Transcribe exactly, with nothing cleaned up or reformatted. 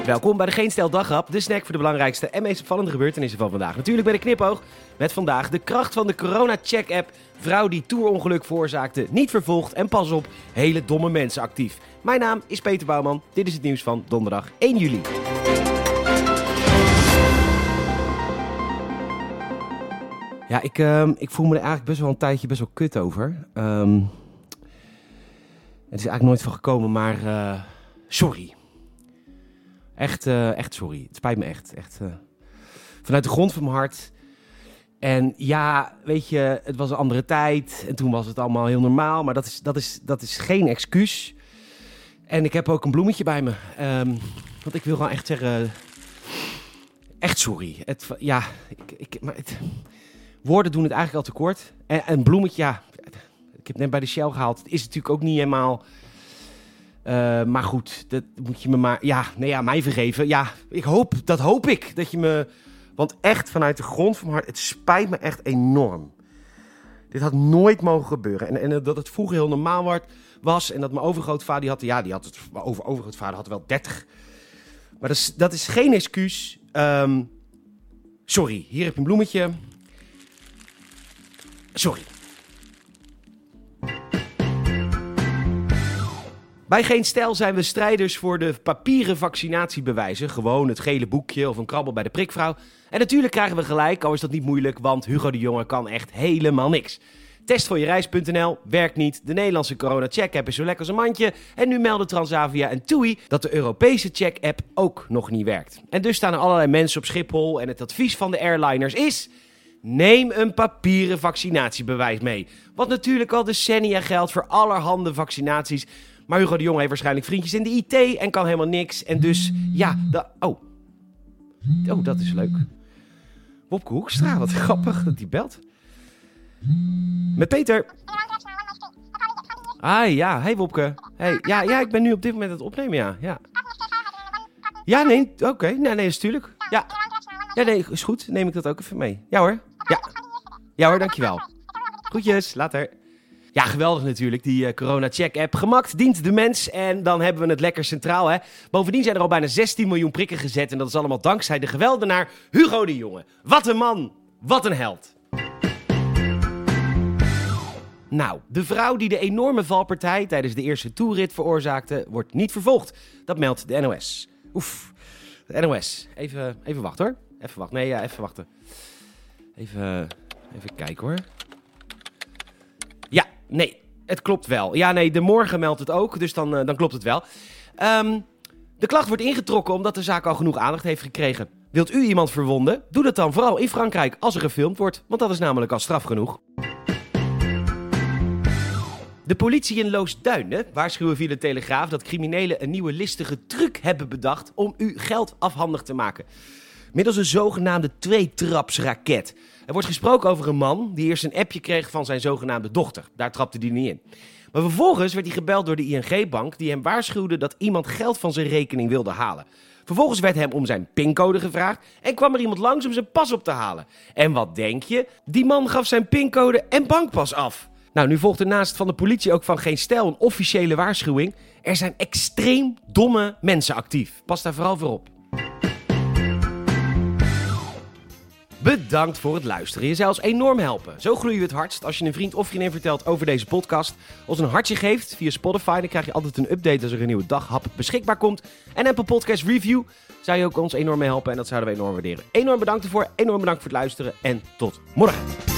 Welkom bij de Geen Stijl Dagrap, de snack voor de belangrijkste en meest opvallende gebeurtenissen van vandaag. Natuurlijk bij de knipoog, met vandaag de kracht van de corona-check-app. Vrouw die tourongeluk veroorzaakte, niet vervolgd en pas op, hele domme mensen actief. Mijn naam is Peter Bouwman, dit is het nieuws van donderdag één juli. Ja, ik, uh, ik voel me er eigenlijk best wel een tijdje best wel kut over. Um, het is eigenlijk nooit van gekomen, maar uh, sorry. Echt, uh, echt sorry. Het spijt me echt. echt uh, vanuit de grond van mijn hart. En ja, weet je, het was een andere tijd. En toen was het allemaal heel normaal. Maar dat is, dat is, dat is geen excuus. En ik heb ook een bloemetje bij me. Um, want ik wil gewoon echt zeggen... Echt sorry. Het, ja, ik, ik, maar het, woorden doen het eigenlijk al te kort. En een bloemetje, ja... Ik heb net bij de Shell gehaald. Het is natuurlijk ook niet helemaal... Uh, maar goed, dat moet je me maar... Ja, nee, ja, mij vergeven. Ja, ik hoop, dat hoop ik. Dat je me... Want echt, vanuit de grond van mijn hart... Het spijt me echt enorm. Dit had nooit mogen gebeuren. En, en dat het vroeger heel normaal was. En dat mijn overgrootvader, die had... Ja, die had het... Mijn over, overgrootvader had wel dertig. Maar dat is, dat is geen excuus. Um, sorry, hier heb je een bloemetje. Sorry. Bij Geen Stijl zijn we strijders voor de papieren vaccinatiebewijzen. Gewoon het gele boekje of een krabbel bij de prikvrouw. En natuurlijk krijgen we gelijk, al is dat niet moeilijk, want Hugo de Jonge kan echt helemaal niks. Testvoorjereis punt n l werkt niet. De Nederlandse corona-check-app is zo lekker als een mandje. En nu melden Transavia en TUI dat de Europese check-app ook nog niet werkt. En dus staan er allerlei mensen op Schiphol en het advies van de airliners is... Neem een papieren vaccinatiebewijs mee. Wat natuurlijk al decennia geldt voor allerhande vaccinaties... Maar Hugo de Jonge heeft waarschijnlijk vriendjes in de I T en kan helemaal niks. En dus, ja, de, oh. Oh, dat is leuk. Wopke Hoekstra, wat grappig dat hij belt. Met Peter. Ah ja, hey Wopke. Hey, ja, ja, ik ben nu op dit moment aan het opnemen, ja. Ja, ja nee, oké. Okay. Nee, nee, is tuurlijk. Ja. Ja, nee, is goed. Neem ik dat ook even mee. Ja hoor. Ja. Ja hoor, dankjewel. Groetjes, later. Ja, geweldig natuurlijk, die uh, corona-check-app. Gemakt dient de mens en dan hebben we het lekker centraal, hè. Bovendien zijn er al bijna zestien miljoen prikken gezet... en dat is allemaal dankzij de geweldenaar Hugo de Jonge. Wat een man, wat een held. Nou, de vrouw die de enorme valpartij tijdens de eerste toerrit veroorzaakte... wordt niet vervolgd. Dat meldt de N O S. Oef, de N O S. Even, even wachten hoor. Even wachten, nee, ja, even wachten. Even, even kijken hoor. Ja, nee, het klopt wel. Ja, nee, de Morgen meldt het ook, dus dan, uh, dan klopt het wel. Um, de klacht wordt ingetrokken omdat de zaak al genoeg aandacht heeft gekregen. Wilt u iemand verwonden? Doe dat dan vooral in Frankrijk als er gefilmd wordt, want dat is namelijk al straf genoeg. De politie in Loosduinen waarschuwen via de Telegraaf dat criminelen een nieuwe listige truc hebben bedacht om u geld afhandig te maken. Middels een zogenaamde tweetrapsraket. Er wordt gesproken over een man die eerst een appje kreeg van zijn zogenaamde dochter. Daar trapte hij niet in. Maar vervolgens werd hij gebeld door de I N G-bank die hem waarschuwde dat iemand geld van zijn rekening wilde halen. Vervolgens werd hem om zijn pincode gevraagd en kwam er iemand langs om zijn pas op te halen. En wat denk je? Die man gaf zijn pincode en bankpas af. Nou, nu volgt er naast van de politie ook van Geen Stijl een officiële waarschuwing. Er zijn extreem domme mensen actief. Pas daar vooral voor op. Bedankt voor het luisteren. Je zou ons enorm helpen. Zo groeien we het hardst als je een vriend of vriendin vertelt over deze podcast. Ons een hartje geeft via Spotify. Dan krijg je altijd een update als er een nieuwe daghap beschikbaar komt. En Apple Podcast Review zou je ook ons enorm mee helpen. En dat zouden we enorm waarderen. Enorm bedankt ervoor. Enorm bedankt voor het luisteren. En tot morgen.